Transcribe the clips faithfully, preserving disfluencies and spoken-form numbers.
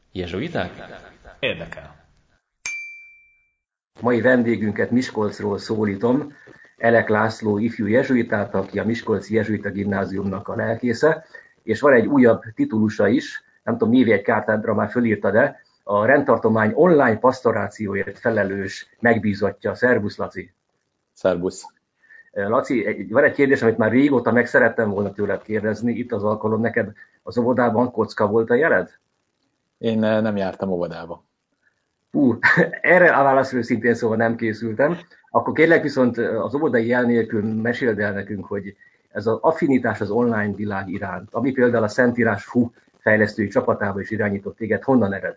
Jezsuiták? Érdekel. Mai vendégünket Miskolcról szólítom, Elek László ifjú jezsuitát, aki a Miskolci Jezsuita Gimnáziumnak a lelkésze, és van egy újabb titulusa is, nem tudom, névjegykártádra már fölírta, de a rendtartomány online pasztorációért felelős megbízottja. Szervusz, Laci! Szervusz! Laci, van egy kérdés, amit már régóta meg szerettem volna tőled kérdezni, itt az alkalom, neked az óvodában kocka volt a jeled? Én nem jártam óvodába. Hú, erre a válaszról szintén szóval nem készültem. Akkor kérlek viszont az óvodai jel nélkül meséld el nekünk, hogy ez az affinitás az online világ iránt, ami például a Szentírás Fú fejlesztői csapatába is irányított téged, honnan ered?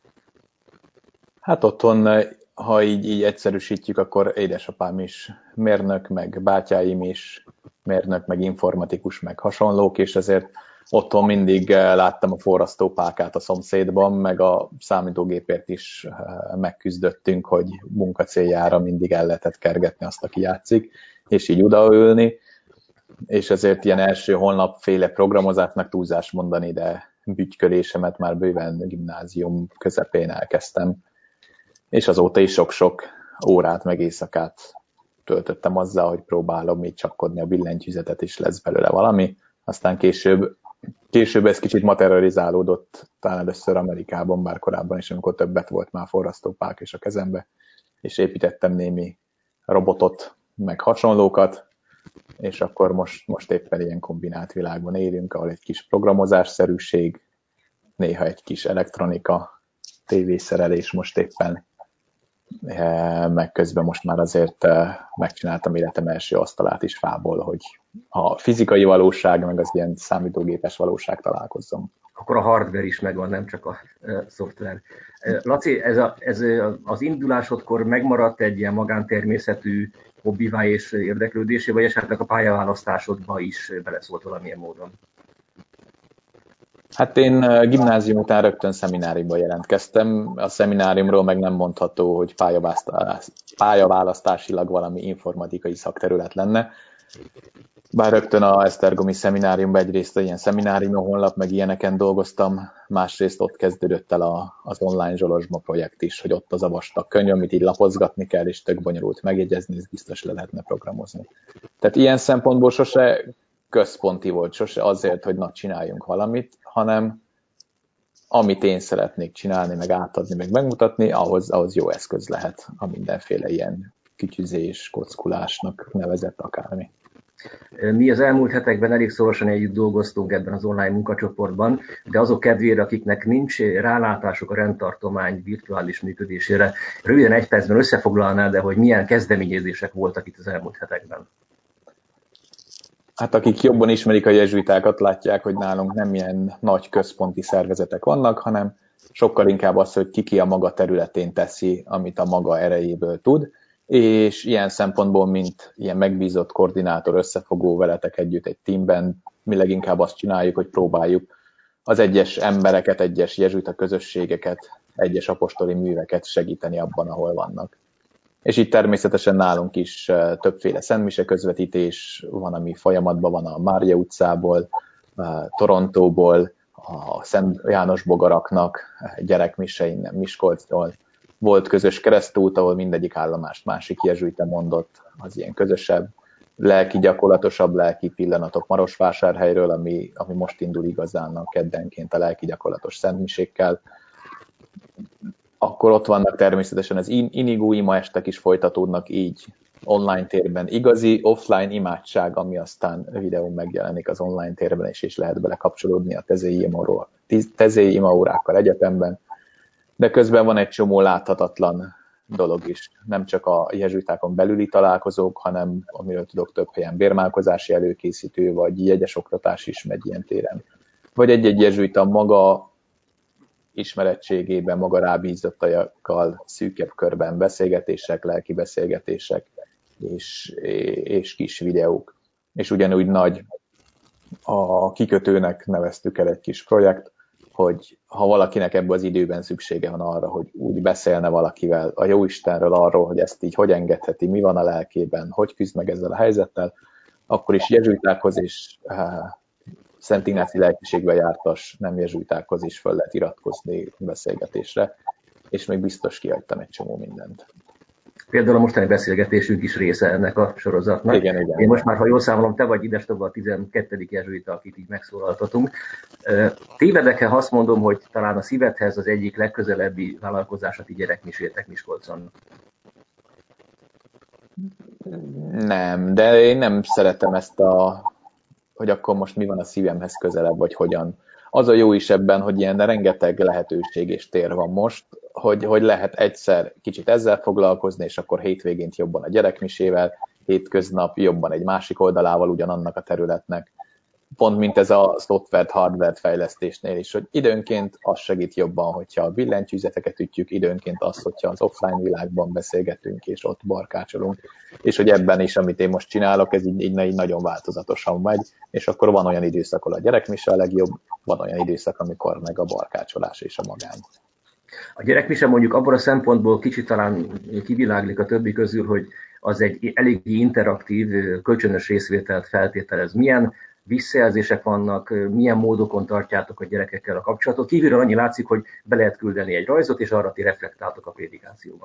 Hát otthon, ha így, így egyszerűsítjük, akkor édesapám is mérnök, meg bátyáim is mérnök, meg informatikus, meg hasonlók, és ezért otthon mindig láttam a forrasztópálkát a szomszédban, meg a számítógépért is megküzdöttünk, hogy munka céljára mindig el lehetett kergetni azt, aki játszik, és így odaülni, és ezért ilyen első honlapféle programozásnak túlzás mondani, de bütykölésemet már bőven gimnázium közepén elkezdtem, és azóta is sok-sok órát meg éjszakát töltöttem azzal, hogy próbálom így csapkodni a billentyűzetet, és lesz belőle valami. Aztán később, később ez kicsit materializálódott, talán először Amerikában, bár korábban is, amikor többet volt már forrasztópálk és a kezembe, és építettem némi robotot, meg hasonlókat, és akkor most, most éppen ilyen kombinált világban élünk, ahol egy kis programozásszerűség, néha egy kis elektronika, tévészerelés most éppen, meg közben most már azért megcsináltam életem első asztalát is fából, hogy a fizikai valóság, meg az ilyen számítógépes valóság találkozzon. Akkor a hardware is megvan, nem csak a e, szoftver. E, Laci, ez, a, ez az indulásodkor megmaradt egy ilyen magántermészetű hobbivá és érdeklődésé, vagy esetleg a pályaválasztásodba is beleszólt valamilyen módon? Hát én gimnázium után rögtön szemináriumba jelentkeztem. A szemináriumról meg nem mondható, hogy pályaválasztásilag valami informatikai szakterület lenne. Bár rögtön a Esztergomi szemináriumban egyrészt ilyen szeminárium honlap, meg ilyeneken dolgoztam, másrészt ott kezdődött el a, az online zsolozsma projekt is, hogy ott az a vastag könyv, amit így lapozgatni kell, és tök bonyolult megjegyezni, ez biztos le lehetne programozni. Tehát ilyen szempontból sose központi volt, sose azért, hogy na, csináljunk valamit, hanem amit én szeretnék csinálni, meg átadni, meg megmutatni, ahhoz, ahhoz jó eszköz lehet a mindenféle ilyen kütyüzés, kockulásnak nevezett akármi. Mi az elmúlt hetekben elég szorosan együtt dolgoztunk ebben az online munkacsoportban, de azok kedvére, akiknek nincs rálátásuk a rendtartomány virtuális működésére, röviden egy percben összefoglalnád, de hogy milyen kezdeményezések voltak itt az elmúlt hetekben? Hát akik jobban ismerik a jezsuitákat, látják, hogy nálunk nem ilyen nagy központi szervezetek vannak, hanem sokkal inkább az, hogy ki ki a maga területén teszi, amit a maga erejéből tud, és ilyen szempontból, mint ilyen megbízott koordinátor, összefogó veletek együtt egy teamben, mi leginkább azt csináljuk, hogy próbáljuk az egyes embereket, egyes jezsuita közösségeket, egyes apostoli műveket segíteni abban, ahol vannak. És itt természetesen nálunk is többféle szentmise közvetítés van, ami folyamatban van a Mária utcából, Torontóból, a Szent János bogaraknak, gyerekmise innen Miskolcról. Volt közös keresztút, ahol mindegyik állomást másik jezsuita mondott, az ilyen közösebb, lelki gyakorlatosabb lelki pillanatok Marosvásárhelyről, ami, ami most indul igazán a keddenként a lelki gyakorlatos szentmisékkel. Akkor ott vannak természetesen az Inigo ima estek is folytatódnak így online térben. Igazi offline imádság, ami aztán videón megjelenik az online térben, és is lehet bele kapcsolódni a tezéi ima órákkal egyetemben. De közben van egy csomó láthatatlan dolog is. Nem csak a jezsuitákon belüli találkozók, hanem amiről tudok több helyen bérmálkozási előkészítő, vagy jegyes oktatás is megy ilyen téren. Vagy egy-egy jezsuita maga ismerettségében, maga rábízottajakkal szűkebb körben beszélgetések, lelki beszélgetések és, és kis videók. És ugyanúgy nagy a kikötőnek neveztük el egy kis projekt, hogy ha valakinek ebben az időben szüksége van arra, hogy úgy beszélne valakivel a Jóistenről arról, hogy ezt így hogy engedheti, mi van a lelkében, hogy küzd meg ezzel a helyzettel, akkor is jezsuitákhoz és Szent Ignáci lelkiségbe jártas nem jezsuitákhoz is fel lehet iratkozni beszélgetésre, és még biztos kihagytam egy csomó mindent. Például a mostani beszélgetésünk is része ennek a sorozatnak. Igen, igen. Én most már, ha jól számolom, te vagy idestova a tizenkettedik jezsuita, akit így megszólaltatunk. Tévedek-e, ha azt mondom, hogy talán a szívedhez az egyik legközelebbi vállalkozás a ti gyerekmisétek Miskolcon? Nem, de én nem szeretem ezt a, hogy akkor most mi van a szívemhez közelebb, vagy hogyan. Az a jó is ebben, hogy ilyen rengeteg lehetőség és tér van most, hogy, hogy lehet egyszer kicsit ezzel foglalkozni, és akkor hétvégént jobban a gyerekmisével, hétköznap jobban egy másik oldalával ugyanannak a területnek. Pont mint ez a szoftvert, hardvert fejlesztésnél is, hogy időnként az segít jobban, hogyha a billentyűzeteket ütjük, időnként az, hogyha az offline világban beszélgetünk, és ott barkácsolunk, és hogy ebben is, amit én most csinálok, ez így, így, így nagyon változatosan megy, és akkor van olyan időszak, ahol a gyerekmise a legjobb, van olyan időszak, amikor meg a barkácsolás és a magány. A gyerekmise mondjuk abban a szempontból kicsit talán kiviláglik a többi közül, hogy az egy eléggé interaktív, kölcsönös részvételt feltételez. Milyen visszajelzések vannak, milyen módokon tartjátok a gyerekekkel a kapcsolatot? Kívülről annyi látszik, hogy be lehet küldeni egy rajzot, és arra ti reflektáltok a prédikációban.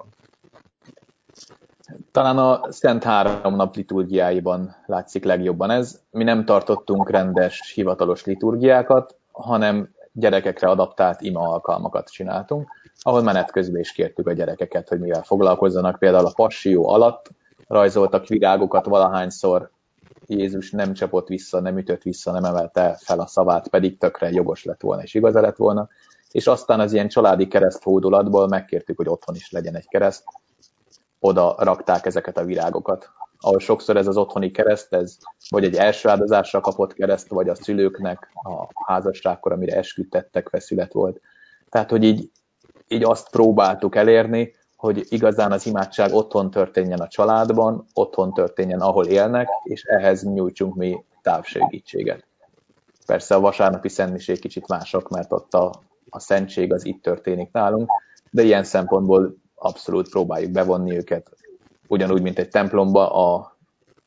Talán a Szent Három nap liturgiáiban látszik legjobban ez. Mi nem tartottunk rendes, hivatalos liturgiákat, hanem gyerekekre adaptált ima alkalmakat csináltunk, ahol menet közben is kértük a gyerekeket, hogy mivel foglalkozzanak. Például a passió alatt rajzoltak virágokat valahányszor, Jézus nem csapott vissza, nem ütött vissza, nem emelte fel a szavát, pedig tökre jogos lett volna, és igaza lett volna. És aztán az ilyen családi kereszthódulatból megkértük, hogy otthon is legyen egy kereszt, oda rakták ezeket a virágokat. Ahol sokszor ez az otthoni kereszt, ez vagy egy első áldozásra kapott kereszt, vagy a szülőknek a házasságkor, amire esküdtettek, feszület volt. Tehát, hogy így, így azt próbáltuk elérni, hogy igazán az imádság otthon történjen a családban, otthon történjen, ahol élnek, és ehhez nyújtsunk mi távsegítséget. Persze a vasárnapi szentmisék kicsit mások, mert ott a, a szentség az itt történik nálunk, de ilyen szempontból abszolút próbáljuk bevonni őket, ugyanúgy, mint egy templomba a,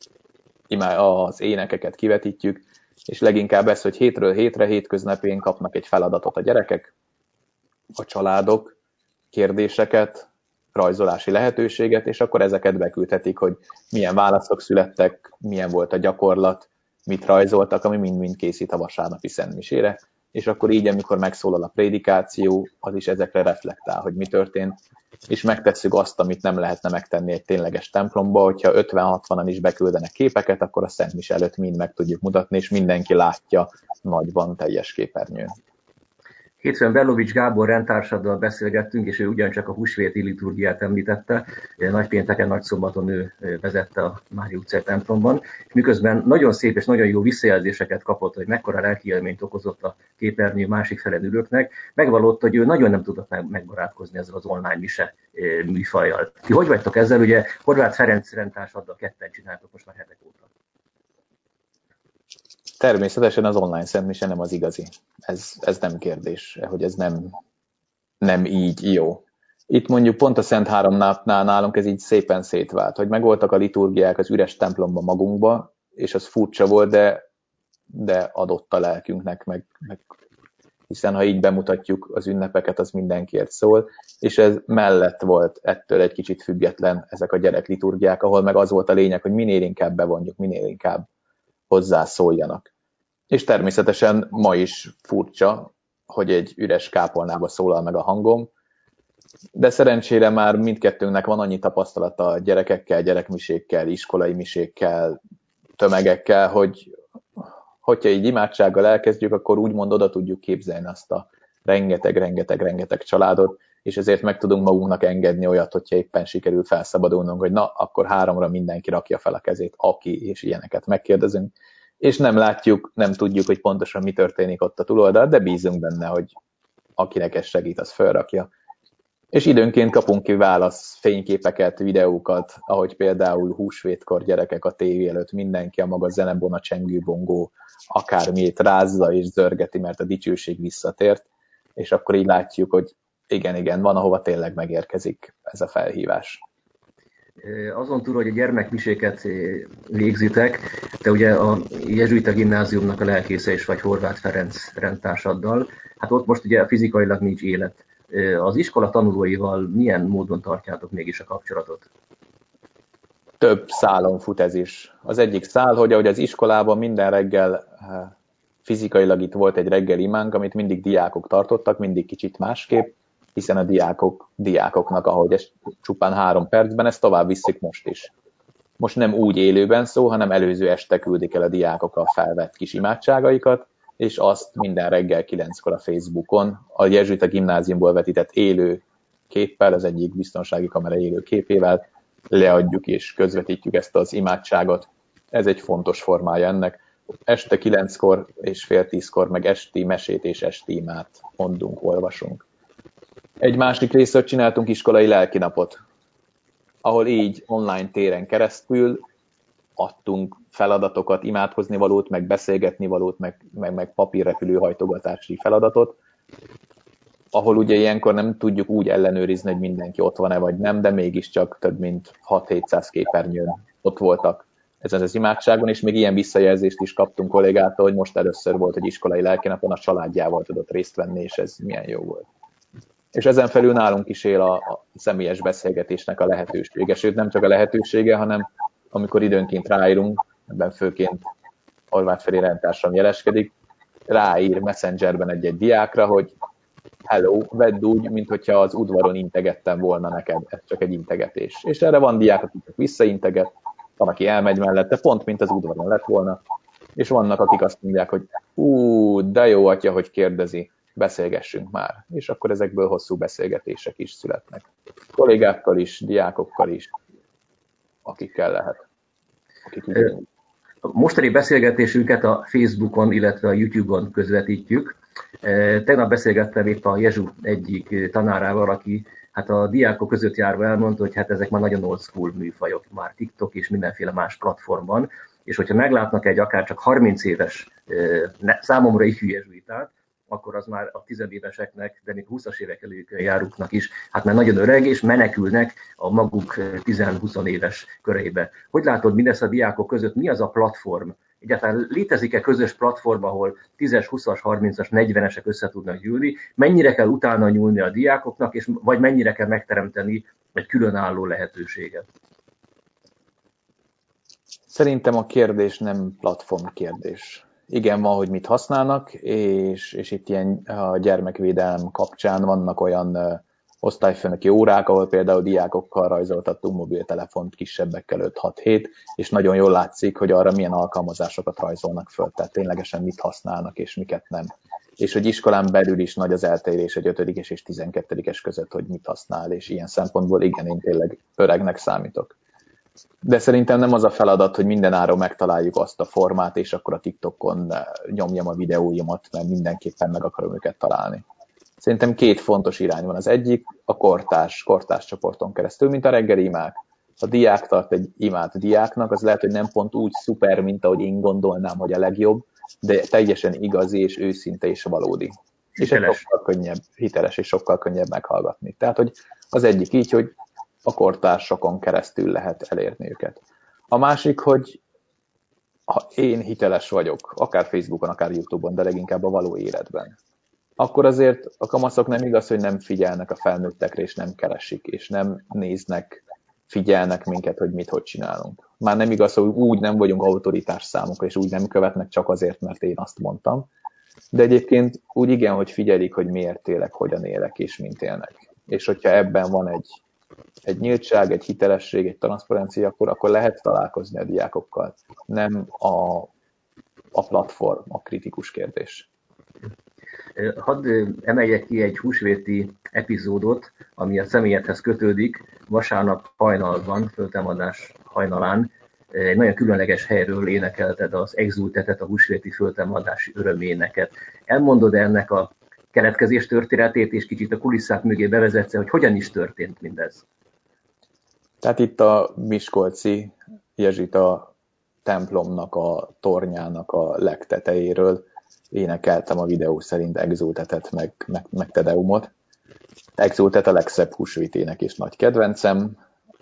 az énekeket kivetítjük, és leginkább ez, hogy hétről hétre, hétköznapén kapnak egy feladatot a gyerekek, a családok, kérdéseket, rajzolási lehetőséget, és akkor ezeket beküldhetik, hogy milyen válaszok születtek, milyen volt a gyakorlat, mit rajzoltak, ami mind-mind készít a vasárnapi szentmisére, és akkor így, amikor megszólal a prédikáció, az is ezekre reflektál, hogy mi történt, és megtesszük azt, amit nem lehetne megtenni egy tényleges templomba, hogyha ötven-hatvanan is beküldenek képeket, akkor a szentmise előtt mind meg tudjuk mutatni, és mindenki látja nagyban, teljes képernyőn. Hétfőn Berlovics Gábor rendtársaddal beszélgettünk, és ő ugyancsak a húsvéti liturgiát említette. Nagypénteken, nagyszombaton ő vezette a Mária utcai templomban, és miközben nagyon szép és nagyon jó visszajelzéseket kapott, hogy mekkora lelkiélményt okozott a képernyő másik felen ülőknek, megvallotta, hogy ő nagyon nem tudott megbarátkozni ezzel az online mise műfajjal. Ti hogy vagytok ezzel? Ugye Horváth Ferenc rendtársaddal ketten csináltok most már hetek óta. Természetesen az online szentmise nem az igazi. Ez, ez nem kérdés, hogy ez nem, nem így jó. Itt mondjuk pont a Szent Három napnál nálunk ez így szépen szétvált, hogy megvoltak a liturgiák az üres templomba magunkba, és az furcsa volt, de, de adott a lelkünknek, meg, meg, hiszen ha így bemutatjuk az ünnepeket, az mindenkiért szól, és ez mellett volt ettől egy kicsit független ezek a gyerekliturgiák, ahol meg az volt a lényeg, hogy minél inkább bevonjuk, minél inkább hozzászóljanak. És természetesen ma is furcsa, hogy egy üres kápolnába szólal meg a hangom, de szerencsére már mindkettőnknek van annyi tapasztalata gyerekekkel, gyerekmisékkel, iskolai misékkel, tömegekkel, hogy hogyha így imádsággal elkezdjük, akkor úgymond oda tudjuk képzelni azt a rengeteg-rengeteg-rengeteg családot, és ezért meg tudunk magunknak engedni olyat, hogyha éppen sikerül felszabadulnunk, hogy na, akkor háromra mindenki rakja fel a kezét, aki, és ilyeneket megkérdezünk. És nem látjuk, nem tudjuk, hogy pontosan mi történik ott a túloldal, de bízunk benne, hogy akinek ez segít, az felrakja. És időnként kapunk ki válasz fényképeket, videókat, ahogy például húsvétkor gyerekek a tévé előtt, mindenki a maga zenebona, csengő, bongó, akármiét rázza és zörgeti, mert a dicsőség visszatért, és akkor így látjuk, hogy igen, igen, van, ahova tényleg megérkezik ez a felhívás. Azon túl, hogy a gyermekmiséket végzitek, te ugye a jezsuita gimnáziumnak a lelkésze is vagy Horváth Ferenc rendtársaddal, hát ott most ugye fizikailag nincs élet. Az iskola tanulóival milyen módon tartjátok mégis a kapcsolatot? Több szálon fut ez is. Az egyik szál, hogy ahogy az iskolában minden reggel fizikailag itt volt egy reggel imánk, amit mindig diákok tartottak, mindig kicsit másképp, hiszen a diákok, diákoknak, ahogy ez csupán három percben, ezt tovább viszik most is. Most nem úgy élőben szó, hanem előző este küldik el a diákok a felvett kis imádságaikat, és azt minden reggel kilenckor a Facebookon a jezsuita gimnáziumból vetített élő képpel, az egyik biztonsági kamera élő képével leadjuk és közvetítjük ezt az imádságot. Ez egy fontos formája ennek. Este kilenckor és fél tízkor meg esti mesét és esti imát mondunk, olvasunk. Egy másik részről csináltunk iskolai lelkinapot, ahol így online téren keresztül adtunk feladatokat, imádkozni valót, meg beszélgetni valót, meg, meg, meg papírrepülőhajtogatási feladatot, ahol ugye ilyenkor nem tudjuk úgy ellenőrizni, hogy mindenki ott van-e vagy nem, de mégiscsak több mint hat-hétszáz képernyőn ott voltak ezen az imádságon, és még ilyen visszajelzést is kaptunk kollégától, hogy most először volt egy iskolai lelkinapon, a családjával tudott részt venni, és ez milyen jó volt. És ezen felül nálunk is él a, a személyes beszélgetésnek a lehetősége, sőt nem csak a lehetősége, hanem amikor időnként ráírunk, ebben főként Horváth Feri rendtársam jeleskedik, ráír Messengerben egy-egy diákra, hogy hello, vedd úgy, mintha az udvaron integettem volna neked, ez csak egy integetés. És erre van diák, aki csak visszainteget, van, aki elmegy mellette, pont mint az udvaron lett volna, és vannak, akik azt mondják, hogy ú, de jó atya, hogy kérdezi, beszélgessünk már. És akkor ezekből hosszú beszélgetések is születnek. Kollégákkal is, diákokkal is, akikkel lehet. Akik a mostani beszélgetésünket a Facebookon, illetve a YouTube-on közvetítjük. Tegnap beszélgettem épp a Jezsu egyik tanárával, aki hát a diákok között járva elmondta, hogy hát ezek már nagyon old school műfajok, már TikTok és mindenféle más platformon, és hogyha meglátnak egy akár csak harminc éves, számomra ifjú jezsuitát, akkor az már a tizenéveseknek, de még húszas évek előkön járóknak is, hát már nagyon öreg, és menekülnek a maguk tíz-húsz éves körébe. Hogy látod mindezt a diákok között, mi az a platform? Egyáltalán létezik-e közös platform, ahol tízes, húszas, harmincas, negyvenesek össze tudnak gyűlni? Mennyire kell utána nyúlni a diákoknak, és vagy mennyire kell megteremteni egy különálló lehetőséget? Szerintem a kérdés nem platform kérdés. Igen, van, hogy mit használnak, és, és itt ilyen a gyermekvédelem kapcsán vannak olyan uh, osztályfőnöki órák, ahol például diákokkal rajzoltattunk mobiltelefont kisebbekkel öt-hat hét, és nagyon jól látszik, hogy arra milyen alkalmazásokat rajzolnak föl, tehát ténylegesen mit használnak és miket nem. És hogy iskolán belül is nagy az eltérés egy ötödikes és tizenkettedikes között, hogy mit használ, és ilyen szempontból igen, én tényleg öregnek számítok. De szerintem nem az a feladat, hogy mindenáron megtaláljuk azt a formát, és akkor a TikTokon nyomjam a videóimat, mert mindenképpen meg akarom őket találni. Szerintem két fontos irány van. Az egyik a kortárs, kortárs csoporton keresztül, mint a reggeli imák. Ha diák tart egy imát diáknak, az lehet, hogy nem pont úgy szuper, mint ahogy én gondolnám, hogy a legjobb, de teljesen igazi és őszinte és valódi. Hiteles. És sokkal könnyebb, hiteles és sokkal könnyebb meghallgatni. Tehát, hogy az egyik így, hogy a kortársakon keresztül lehet elérni őket. A másik, hogy ha én hiteles vagyok, akár Facebookon, akár YouTube-on, de leginkább a való életben, akkor azért a kamaszok nem igaz, hogy nem figyelnek a felnőttekre, és nem keresik, és nem néznek, figyelnek minket, hogy mit, hogy csinálunk. Már nem igaz, hogy úgy nem vagyunk autoritás számukra, és úgy nem követnek csak azért, mert én azt mondtam. De egyébként úgy igen, hogy figyelik, hogy miért élek, hogyan élek, és mint élnek. És hogyha ebben van egy egy nyíltság, egy hitelesség, egy transzparencia, akkor, akkor lehet találkozni a diákokkal. Nem a, a platform, a kritikus kérdés. Hadd emeljek ki egy húsvéti epizódot, ami a személyedhez kötődik. Vasárnap hajnalban, föltámadás hajnalán, egy nagyon különleges helyről énekelted az exultetet, a húsvéti föltámadási öröméneket. Elmondod ennek a keletkezés történetét, és kicsit a kulisszák mögé bevezetsz, hogy hogyan is történt mindez? Tehát itt a miskolci jezsuita templomnak a tornyának a legtetejéről énekeltem a videó szerint exultetet, meg, meg, meg tedeumot. Exultet a legszebb húsvétének és nagy kedvencem.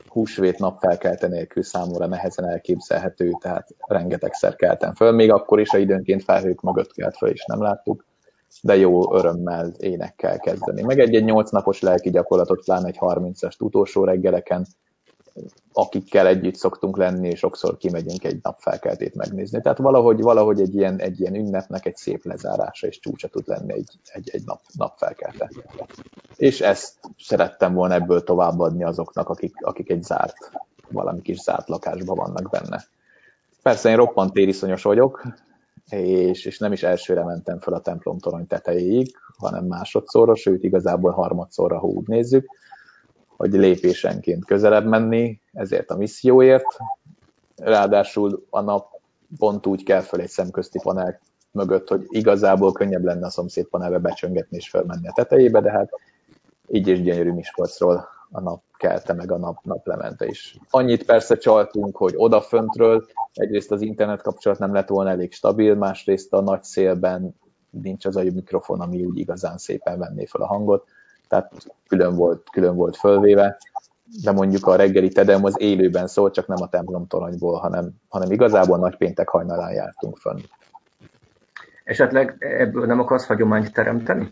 húsvét napfelkelte nélkül számomra nehezen elképzelhető, tehát rengetegszer keltem föl, még akkor is, ha időnként felhők mögött kelt föl, és nem láttuk, de jó örömmel énekkel kezdeni. Meg egy-egy nyolc napos lelki gyakorlatot, pláne egy harmincast utolsó reggeleken, akikkel együtt szoktunk lenni, és sokszor kimegyünk egy napfelkeltét megnézni. Tehát valahogy, valahogy egy, ilyen, egy ilyen ünnepnek egy szép lezárása és csúcsa tud lenni egy, egy, egy nap, napfelkelte. És ezt szerettem volna ebből továbbadni azoknak, akik, akik egy zárt, valami kis zárt lakásban vannak benne. Persze én roppant tériszonyos vagyok, és, és nem is elsőre mentem fel a templom torony tetejéig, hanem másodszorra, sőt igazából harmadszorra, ha úgy nézzük, hogy lépésenként közelebb menni, ezért a misszióért. Ráadásul a nap pont úgy kell föl egy szemközti panel mögött, hogy igazából könnyebb lenne a szomszéd panelbe becsöngetni és fölmenni a tetejébe, de hát így is gyönyörű Miskolcról a nap kelte, meg a nap, naplemente is. Annyit persze csaltunk, hogy odaföntről egyrészt az internet kapcsolat nem lett volna elég stabil, másrészt a nagy szélben nincs az a mikrofon, ami úgy igazán szépen venné fel a hangot, tehát külön volt, külön volt fölvéve, de mondjuk a reggeli tedeum az élőben szólt, csak nem a templom toronyból, hanem, hanem igazából nagypéntek hajnalán jártunk fönn. Esetleg ebből nem akarsz hagyományt teremteni?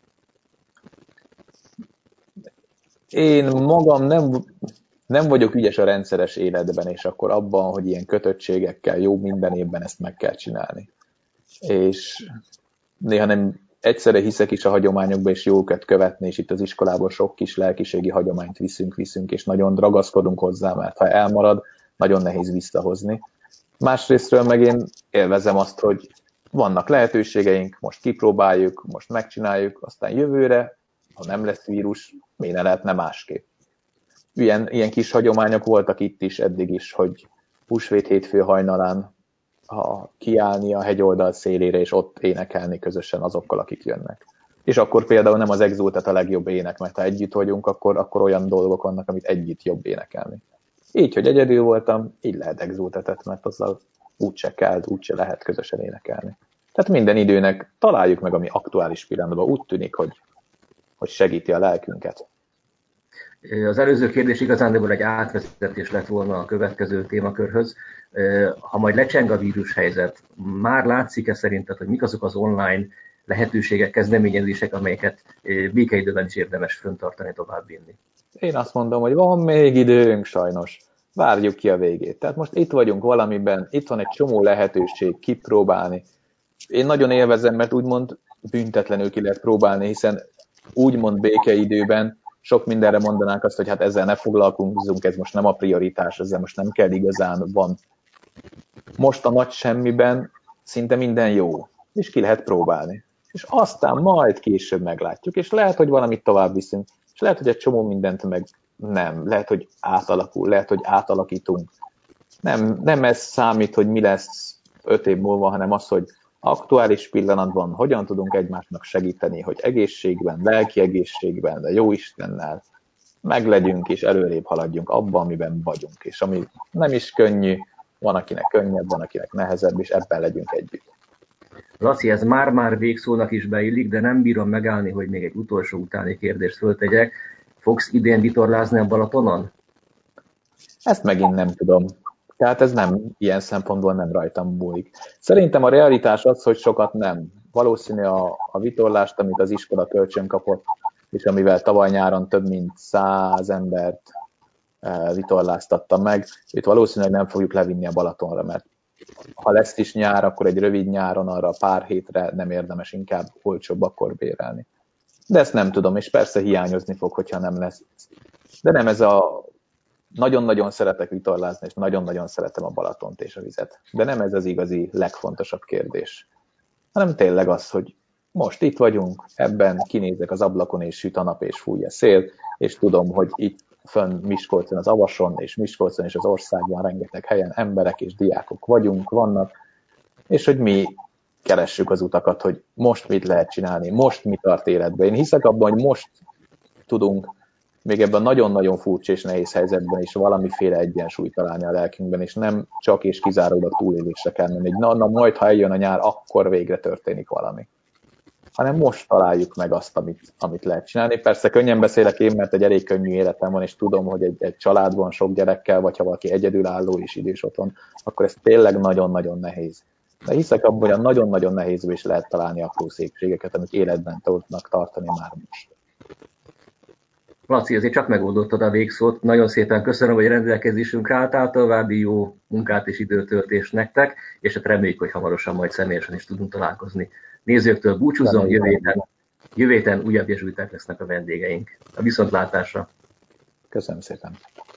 Én magam nem, nem vagyok ügyes a rendszeres életben, és akkor abban, hogy ilyen kötöttségekkel jó minden évben ezt meg kell csinálni. És néha nem egyszerre hiszek is a hagyományokba, és jókat követni, és itt az iskolából sok kis lelkiségi hagyományt viszünk, viszünk, és nagyon ragaszkodunk hozzá, mert ha elmarad, nagyon nehéz visszahozni. Másrésztről meg én élvezem azt, hogy vannak lehetőségeink, most kipróbáljuk, most megcsináljuk, aztán jövőre, ha nem lesz vírus, miért ne lehetne másképp. Ilyen, ilyen kis hagyományok voltak itt is, eddig is, hogy húsvét hétfő hajnalán ha kiállni a hegyoldal szélére, és ott énekelni közösen azokkal, akik jönnek. És akkor például nem az Exultet a legjobb ének, mert ha együtt vagyunk, akkor, akkor olyan dolgok vannak, amit együtt jobb énekelni. Így, hogy egyedül voltam, így lehet Exultetet, mert azzal úgyse kell, úgyse lehet közösen énekelni. Tehát minden időnek találjuk meg, ami aktuális pillanatban úgy tűnik, hogy, hogy segíti a lelkünket. Az előző kérdés igazándiból egy átvezetés lett volna a következő témakörhöz. Ha majd lecseng a vírushelyzet, már látszik-e szerinted, hogy mik azok az online lehetőségek, kezdeményezések, amelyeket békeidőben is érdemes föntartani, továbbvinni? Én azt mondom, hogy van még időnk sajnos. Várjuk ki a végét. Tehát most itt vagyunk valamiben, itt van egy csomó lehetőség kipróbálni. Én nagyon élvezem, mert úgymond büntetlenül ki lehet próbálni, hiszen úgymond békeidőben sok mindenre mondanánk azt, hogy hát ezzel ne foglalkozunk, ez most nem a prioritás, ezzel most nem kell igazán van. Most a nagy semmiben szinte minden jó, és ki lehet próbálni. És aztán majd később meglátjuk, és lehet, hogy valamit tovább viszünk, és lehet, hogy egy csomó mindent meg nem, lehet, hogy átalakul, lehet, hogy átalakítunk. Nem, nem ez számít, hogy mi lesz öt év múlva, hanem az, hogy aktuális pillanatban hogyan tudunk egymásnak segíteni, hogy egészségben, lelki egészségben, de jó Istennel meglegyünk és előrébb haladjunk abban, amiben vagyunk. És ami nem is könnyű, van akinek könnyebb, van akinek nehezebb, és ebben legyünk együtt. Laci, ez már-már végszónak is beillik, de nem bírom megállni, hogy még egy utolsó utáni kérdést föltegyek. Fogsz idén vitorlázni a Balatonon? Ezt megint nem tudom. Tehát ez nem, ilyen szempontból nem rajtam múlik. Szerintem a realitás az, hogy sokat nem. Valószínű a, a vitorlást, amit az iskola kölcsön kapott, és amivel tavaly nyáron több mint száz embert e, vitorláztattam meg, itt valószínűleg nem fogjuk levinni a Balatonra, mert ha lesz is nyár, akkor egy rövid nyáron arra pár hétre nem érdemes, inkább olcsóbb akkor bérelni. De ezt nem tudom, és persze hiányozni fog, hogyha nem lesz. De nem ez a... Nagyon-nagyon szeretek vitorlázni, és nagyon-nagyon szeretem a Balatont és a vizet. De nem ez az igazi, legfontosabb kérdés. Hanem tényleg az, hogy most itt vagyunk, ebben kinézek az ablakon, és süt a nap, és fúj a szél, és tudom, hogy itt fönn Miskolcon az Avason, és Miskolcon és az országban rengeteg helyen emberek és diákok vagyunk, vannak, és hogy mi keressük az utakat, hogy most mit lehet csinálni, most mi tart életben. Én hiszek abban, hogy most tudunk még ebben nagyon-nagyon furcsa és nehéz helyzetben is valamiféle egyensúlyt találni a lelkünkben, és nem csak és kizárólag túlélésre kell menni, hogy na, na majd, ha eljön a nyár, akkor végre történik valami. hanem most találjuk meg azt, amit, amit lehet csinálni. Persze könnyen beszélek én, mert egy elég könnyű életem van, és tudom, hogy egy, egy családban sok gyerekkel, vagy ha valaki egyedülálló és idős otthon, akkor ez tényleg nagyon-nagyon nehéz. De hiszek abban, hogy a nagyon-nagyon nehézből is lehet találni apró szépségeket, amik életben tudnak tartani már most. Laci, azért csak megoldottad a végszót. Nagyon szépen köszönöm, hogy rendelkezésünkre álltál, további jó munkát és időtöltést nektek, és hát reméljük, hogy hamarosan majd személyesen is tudunk találkozni. Nézőktől búcsúzom, jövő héten, jövő héten újabb jezsuiták lesznek a vendégeink. A viszontlátásra! Köszönöm szépen!